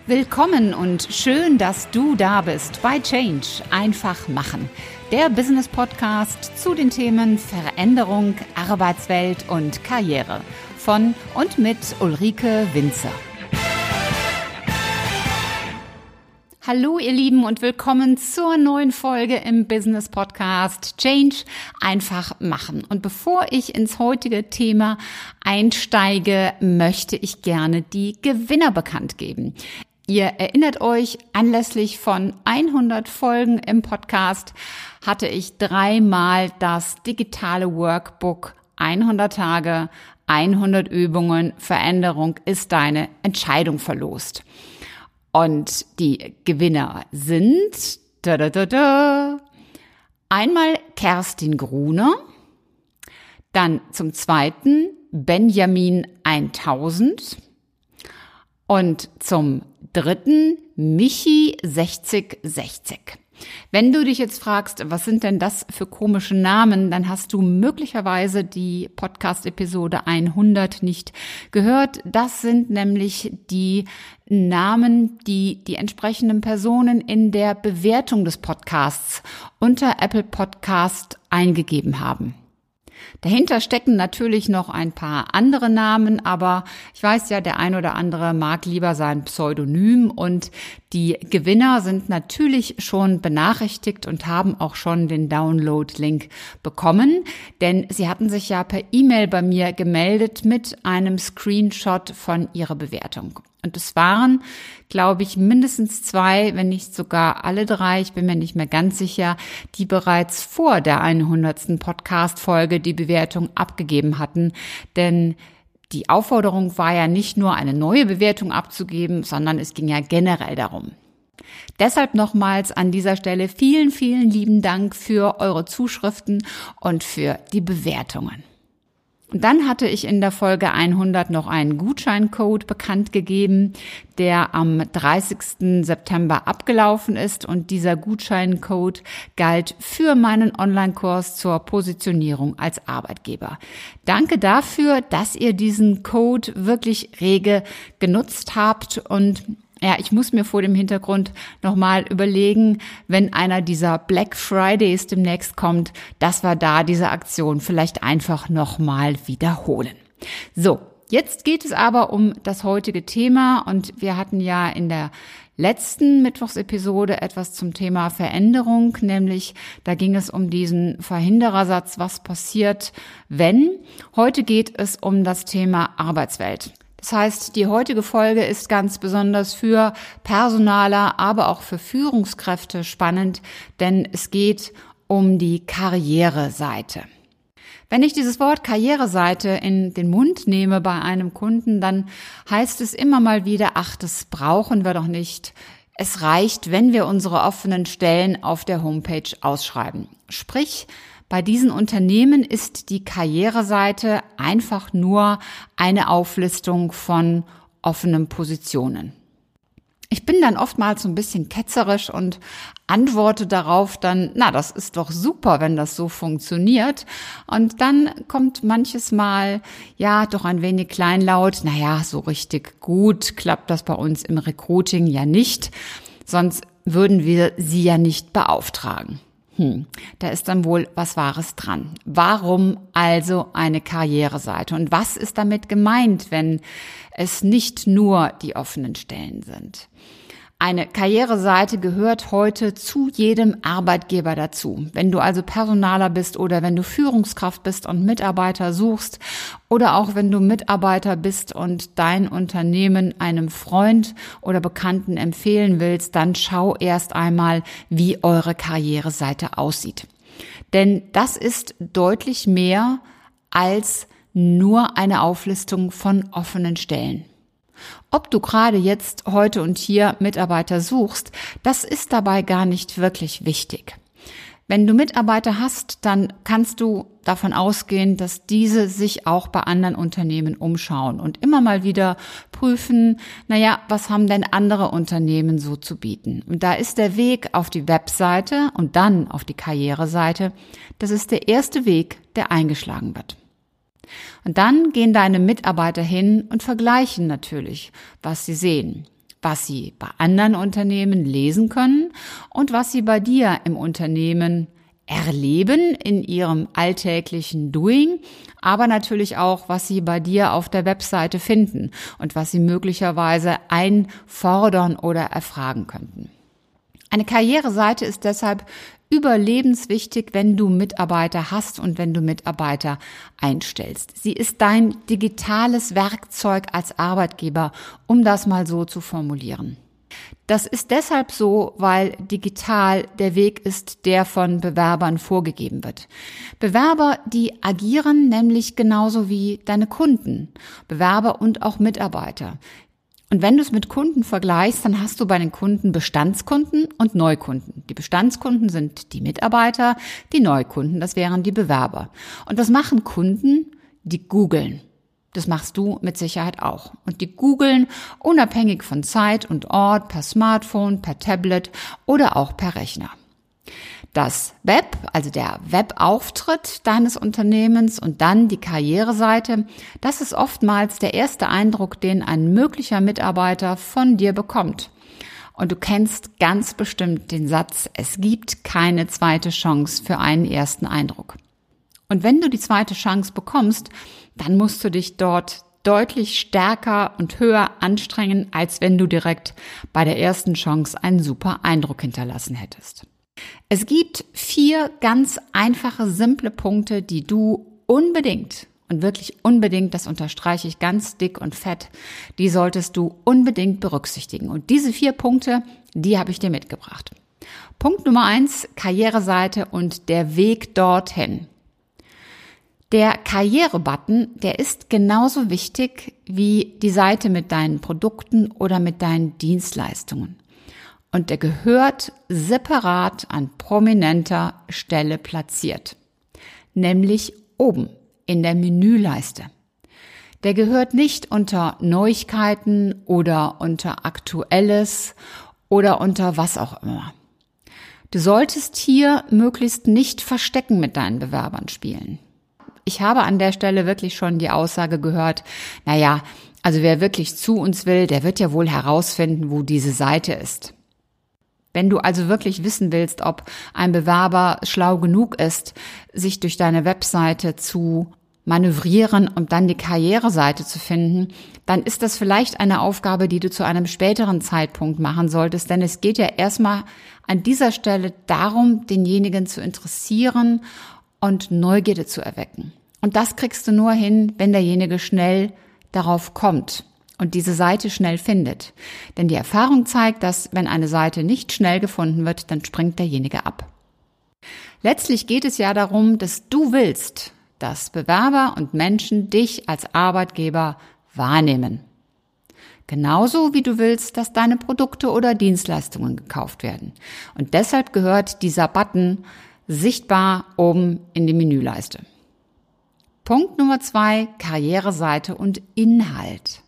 Willkommen und schön, dass du da bist bei Change. Einfach machen. Der Business-Podcast zu den Themen Veränderung, Arbeitswelt und Karriere. Von und mit Ulrike Winzer. Hallo ihr Lieben und willkommen zur neuen Folge im Business Podcast Change einfach machen. Und bevor ich ins heutige Thema einsteige, möchte ich gerne die Gewinner bekannt geben. Ihr erinnert euch, anlässlich von 100 Folgen im Podcast hatte ich 3-mal das digitale Workbook 100 Tage, 100 Übungen, Veränderung ist deine Entscheidung verlost. Und die Gewinner sind einmal Kerstin Gruner, dann zum zweiten Benjamin 1000 und zum dritten Michi 6060. Wenn du dich jetzt fragst, was sind denn das für komische Namen, dann hast du möglicherweise die Podcast-Episode 100 nicht gehört. Das sind nämlich die Namen, die die entsprechenden Personen in der Bewertung des Podcasts unter Apple Podcast eingegeben haben. Dahinter stecken natürlich noch ein paar andere Namen, aber ich weiß ja, der ein oder andere mag lieber sein Pseudonym und die Gewinner sind natürlich schon benachrichtigt und haben auch schon den Download-Link bekommen, denn sie hatten sich ja per E-Mail bei mir gemeldet mit einem Screenshot von ihrer Bewertung. Und es waren, glaube ich, mindestens 2, wenn nicht sogar alle 3, ich bin mir nicht mehr ganz sicher, die bereits vor der 100. Podcast-Folge die Bewertung abgegeben hatten. Denn die Aufforderung war ja nicht nur eine neue Bewertung abzugeben, sondern es ging ja generell darum. Deshalb nochmals an dieser Stelle vielen, vielen lieben Dank für eure Zuschriften und für die Bewertungen. Und dann hatte ich in der Folge 100 noch einen Gutscheincode bekannt gegeben, der am 30. September abgelaufen ist. Und dieser Gutscheincode galt für meinen Online-Kurs zur Positionierung als Arbeitgeber. Danke dafür, dass ihr diesen Code wirklich rege genutzt habt. Und ja, ich muss mir vor dem Hintergrund nochmal überlegen, wenn einer dieser Black Fridays demnächst kommt, dass wir da diese Aktion vielleicht einfach nochmal wiederholen. So, jetzt geht es aber um das heutige Thema und wir hatten ja in der letzten Mittwochsepisode etwas zum Thema Veränderung, nämlich da ging es um diesen Verhinderersatz, was passiert, wenn. Heute geht es um das Thema Arbeitswelt. Das heißt, die heutige Folge ist ganz besonders für Personaler, aber auch für Führungskräfte spannend, denn es geht um die Karriereseite. Wenn ich dieses Wort Karriereseite in den Mund nehme bei einem Kunden, dann heißt es immer mal wieder, ach, das brauchen wir doch nicht. Es reicht, wenn wir unsere offenen Stellen auf der Homepage ausschreiben. Sprich, bei diesen Unternehmen ist die Karriereseite einfach nur eine Auflistung von offenen Positionen. Ich bin dann oftmals so ein bisschen ketzerisch und antworte darauf dann, na, das ist doch super, wenn das so funktioniert. Und dann kommt manches Mal, ja, doch ein wenig kleinlaut, naja, so richtig gut klappt das bei uns im Recruiting ja nicht, sonst würden wir sie ja nicht beauftragen. Da ist dann wohl was Wahres dran. Warum also eine Karriereseite? Und was ist damit gemeint, wenn es nicht nur die offenen Stellen sind? Eine Karriereseite gehört heute zu jedem Arbeitgeber dazu. Wenn du also Personaler bist oder wenn du Führungskraft bist und Mitarbeiter suchst oder auch wenn du Mitarbeiter bist und dein Unternehmen einem Freund oder Bekannten empfehlen willst, dann schau erst einmal, wie eure Karriereseite aussieht. Denn das ist deutlich mehr als nur eine Auflistung von offenen Stellen. Ob du gerade jetzt, heute und hier Mitarbeiter suchst, das ist dabei gar nicht wirklich wichtig. Wenn du Mitarbeiter hast, dann kannst du davon ausgehen, dass diese sich auch bei anderen Unternehmen umschauen und immer mal wieder prüfen, naja, was haben denn andere Unternehmen so zu bieten? Und da ist der Weg auf die Webseite und dann auf die Karriereseite, das ist der erste Weg, der eingeschlagen wird. Und dann gehen deine Mitarbeiter hin und vergleichen natürlich, was sie sehen. was sie bei anderen Unternehmen lesen können und was sie bei dir im Unternehmen erleben in ihrem alltäglichen Doing, aber natürlich auch, was sie bei dir auf der Webseite finden und was sie möglicherweise einfordern oder erfragen könnten. Eine Karriereseite ist deshalb überlebenswichtig, wenn du Mitarbeiter hast und wenn du Mitarbeiter einstellst. Sie ist dein digitales Werkzeug als Arbeitgeber, um das mal so zu formulieren. Das ist deshalb so, weil digital der Weg ist, der von Bewerbern vorgegeben wird. Bewerber, die agieren nämlich genauso wie deine Kunden, Bewerber und auch Mitarbeiter. Und wenn du es mit Kunden vergleichst, dann hast du bei den Kunden Bestandskunden und Neukunden. Die Bestandskunden sind die Mitarbeiter, die Neukunden, das wären die Bewerber. Und was machen Kunden? Die googeln. Das machst du mit Sicherheit auch. Und die googeln unabhängig von Zeit und Ort, per Smartphone, per Tablet oder auch per Rechner. Das Web, also der Webauftritt deines Unternehmens und dann die Karriereseite, das ist oftmals der erste Eindruck, den ein möglicher Mitarbeiter von dir bekommt. Und du kennst ganz bestimmt den Satz, es gibt keine zweite Chance für einen ersten Eindruck. Und wenn du die zweite Chance bekommst, dann musst du dich dort deutlich stärker und höher anstrengen, als wenn du direkt bei der ersten Chance einen super Eindruck hinterlassen hättest. Es gibt 4 ganz einfache, simple Punkte, die du unbedingt und wirklich unbedingt, das unterstreiche ich ganz dick und fett, die solltest du unbedingt berücksichtigen. Und diese 4 Punkte, die habe ich dir mitgebracht. Punkt Nummer 1, Karriereseite und der Weg dorthin. Der Karriere-Button, der ist genauso wichtig wie die Seite mit deinen Produkten oder mit deinen Dienstleistungen. Und der gehört separat an prominenter Stelle platziert, nämlich oben in der Menüleiste. Der gehört nicht unter Neuigkeiten oder unter Aktuelles oder unter was auch immer. Du solltest hier möglichst nicht Verstecken mit deinen Bewerbern spielen. Ich habe an der Stelle wirklich schon die Aussage gehört, naja, also wer wirklich zu uns will, der wird ja wohl herausfinden, wo diese Seite ist. Wenn du also wirklich wissen willst, ob ein Bewerber schlau genug ist, sich durch deine Webseite zu manövrieren und dann die Karriereseite zu finden, dann ist das vielleicht eine Aufgabe, die du zu einem späteren Zeitpunkt machen solltest, denn es geht ja erstmal an dieser Stelle darum, denjenigen zu interessieren und Neugierde zu erwecken. Und das kriegst du nur hin, wenn derjenige schnell darauf kommt und diese Seite schnell findet. Denn die Erfahrung zeigt, dass wenn eine Seite nicht schnell gefunden wird, dann springt derjenige ab. Letztlich geht es ja darum, dass du willst, dass Bewerber und Menschen dich als Arbeitgeber wahrnehmen. Genauso wie du willst, dass deine Produkte oder Dienstleistungen gekauft werden. Und deshalb gehört dieser Button sichtbar oben in die Menüleiste. Punkt Nummer 2, Karriereseite und Inhalt.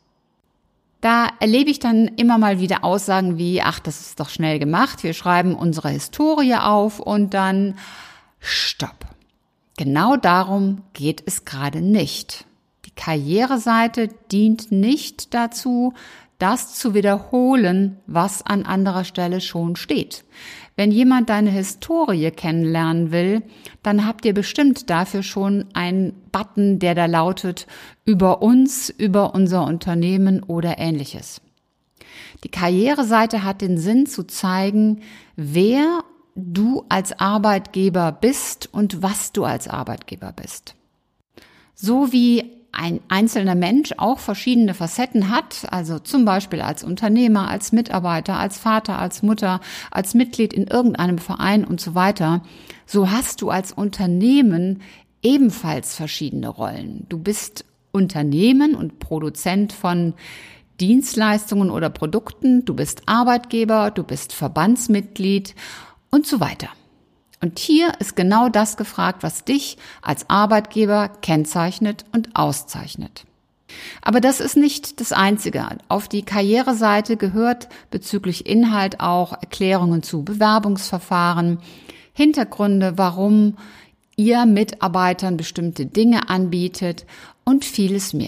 Da erlebe ich dann immer mal wieder Aussagen wie, ach, das ist doch schnell gemacht, wir schreiben unsere Historie auf und dann Stopp. Genau darum geht es gerade nicht. Die Karriereseite dient nicht dazu, das zu wiederholen, was an anderer Stelle schon steht. Wenn jemand deine Historie kennenlernen will, dann habt ihr bestimmt dafür schon einen Button, der da lautet, über uns, über unser Unternehmen oder Ähnliches. Die Karriereseite hat den Sinn zu zeigen, wer du als Arbeitgeber bist und was du als Arbeitgeber bist. So wie ein einzelner Mensch auch verschiedene Facetten hat, also zum Beispiel als Unternehmer, als Mitarbeiter, als Vater, als Mutter, als Mitglied in irgendeinem Verein und so weiter, so hast du als Unternehmen ebenfalls verschiedene Rollen. Du bist Unternehmen und Produzent von Dienstleistungen oder Produkten, du bist Arbeitgeber, du bist Verbandsmitglied und so weiter. Und hier ist genau das gefragt, was dich als Arbeitgeber kennzeichnet und auszeichnet. Aber das ist nicht das Einzige. Auf die Karriereseite gehört bezüglich Inhalt auch Erklärungen zu Bewerbungsverfahren, Hintergründe, warum ihr Mitarbeitern bestimmte Dinge anbietet und vieles mehr.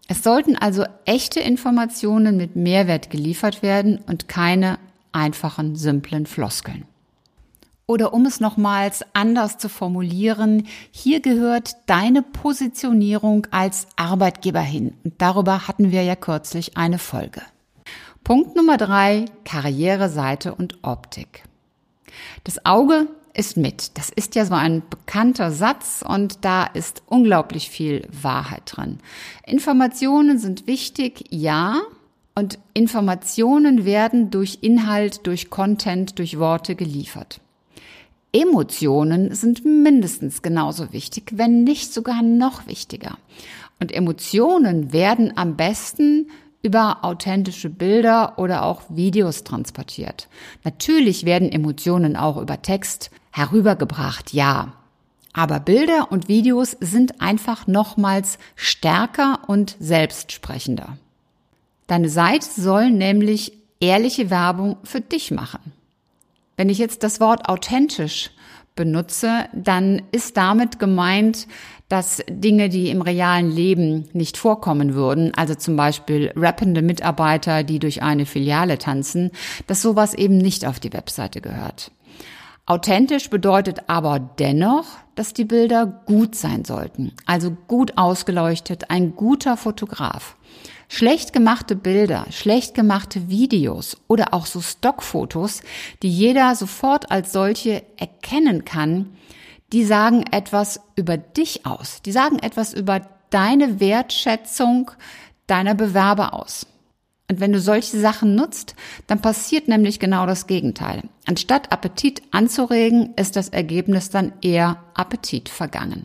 Es sollten also echte Informationen mit Mehrwert geliefert werden und keine einfachen, simplen Floskeln. Oder um es nochmals anders zu formulieren, hier gehört deine Positionierung als Arbeitgeber hin. Und darüber hatten wir ja kürzlich eine Folge. Punkt Nummer 3, Karriereseite und Optik. Das Auge ist mit. Das ist ja so ein bekannter Satz und da ist unglaublich viel Wahrheit drin. Informationen sind wichtig, ja, und Informationen werden durch Inhalt, durch Content, durch Worte geliefert. Emotionen sind mindestens genauso wichtig, wenn nicht sogar noch wichtiger. Und Emotionen werden am besten über authentische Bilder oder auch Videos transportiert. Natürlich werden Emotionen auch über Text herübergebracht, ja. Aber Bilder und Videos sind einfach nochmals stärker und selbstsprechender. Deine Seite soll nämlich ehrliche Werbung für dich machen. Wenn ich jetzt das Wort authentisch benutze, dann ist damit gemeint, dass Dinge, die im realen Leben nicht vorkommen würden, also zum Beispiel rappende Mitarbeiter, die durch eine Filiale tanzen, dass sowas eben nicht auf die Webseite gehört. Authentisch bedeutet aber dennoch, dass die Bilder gut sein sollten, also gut ausgeleuchtet, ein guter Fotograf. Schlecht gemachte Bilder, schlecht gemachte Videos oder auch so Stockfotos, die jeder sofort als solche erkennen kann, die sagen etwas über dich aus. Die sagen etwas über deine Wertschätzung deiner Bewerber aus. Und wenn du solche Sachen nutzt, dann passiert nämlich genau das Gegenteil. Anstatt Appetit anzuregen, ist das Ergebnis dann eher Appetit vergangen.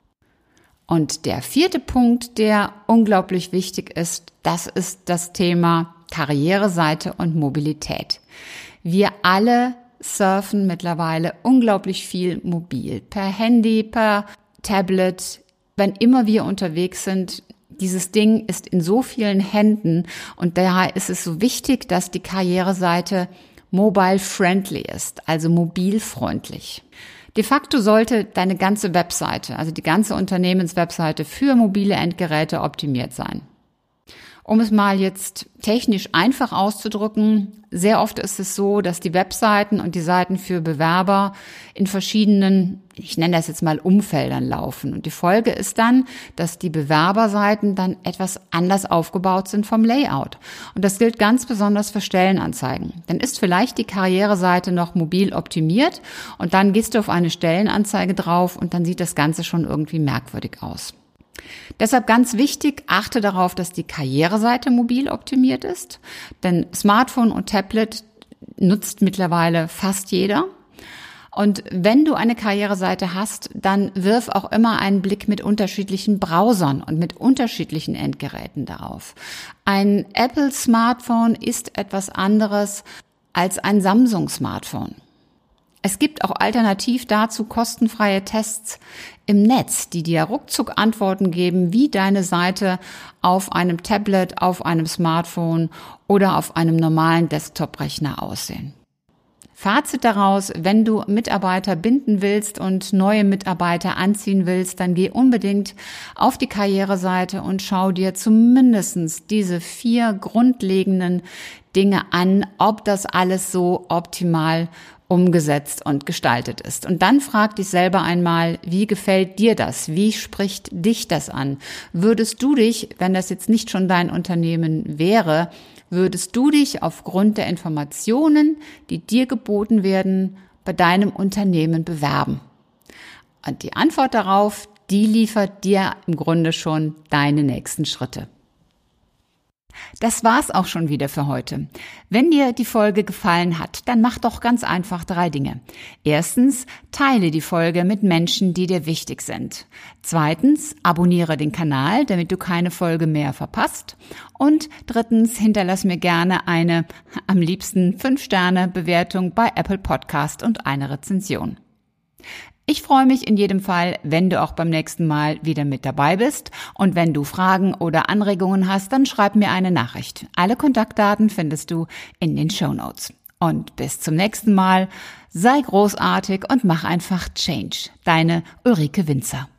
Und der 4. Punkt, der unglaublich wichtig ist, das ist das Thema Karriereseite und Mobilität. Wir alle surfen mittlerweile unglaublich viel mobil, per Handy, per Tablet, wenn immer wir unterwegs sind. Dieses Ding ist in so vielen Händen und daher ist es so wichtig, dass die Karriereseite mobile-friendly ist, also mobilfreundlich. De facto sollte deine ganze Webseite, also die ganze Unternehmenswebseite für mobile Endgeräte optimiert sein. Um es mal jetzt technisch einfach auszudrücken, sehr oft ist es so, dass die Webseiten und die Seiten für Bewerber in verschiedenen, ich nenne das jetzt mal Umfeldern laufen. Und die Folge ist dann, dass die Bewerberseiten dann etwas anders aufgebaut sind vom Layout. Und das gilt ganz besonders für Stellenanzeigen. Dann ist vielleicht die Karriereseite noch mobil optimiert und dann gehst du auf eine Stellenanzeige drauf und dann sieht das Ganze schon irgendwie merkwürdig aus. Deshalb ganz wichtig, achte darauf, dass die Karriereseite mobil optimiert ist, denn Smartphone und Tablet nutzt mittlerweile fast jeder. Und wenn du eine Karriereseite hast, dann wirf auch immer einen Blick mit unterschiedlichen Browsern und mit unterschiedlichen Endgeräten darauf. Ein Apple-Smartphone ist etwas anderes als ein Samsung-Smartphone. Es gibt auch alternativ dazu kostenfreie Tests im Netz, die dir ruckzuck Antworten geben, wie deine Seite auf einem Tablet, auf einem Smartphone oder auf einem normalen Desktop-Rechner aussehen. Fazit daraus, wenn du Mitarbeiter binden willst und neue Mitarbeiter anziehen willst, dann geh unbedingt auf die Karriereseite und schau dir zumindest diese 4 grundlegenden Dinge an, ob das alles so optimal umgesetzt und gestaltet ist. Und dann frag dich selber einmal, wie gefällt dir das? Wie spricht dich das an? Würdest du dich, wenn das jetzt nicht schon dein Unternehmen wäre, würdest du dich aufgrund der Informationen, die dir geboten werden, bei deinem Unternehmen bewerben? Und die Antwort darauf, die liefert dir im Grunde schon deine nächsten Schritte. Das war's auch schon wieder für heute. Wenn dir die Folge gefallen hat, dann mach doch ganz einfach 3 Dinge. Erstens, teile die Folge mit Menschen, die dir wichtig sind. Zweitens, abonniere den Kanal, damit du keine Folge mehr verpasst. Und drittens, hinterlass mir gerne eine, am liebsten 5-Sterne-Bewertung bei Apple Podcast und eine Rezension. Ich freue mich in jedem Fall, wenn du auch beim nächsten Mal wieder mit dabei bist. Und wenn du Fragen oder Anregungen hast, dann schreib mir eine Nachricht. Alle Kontaktdaten findest du in den Shownotes. Und bis zum nächsten Mal. Sei großartig und mach einfach Change. Deine Ulrike Winzer.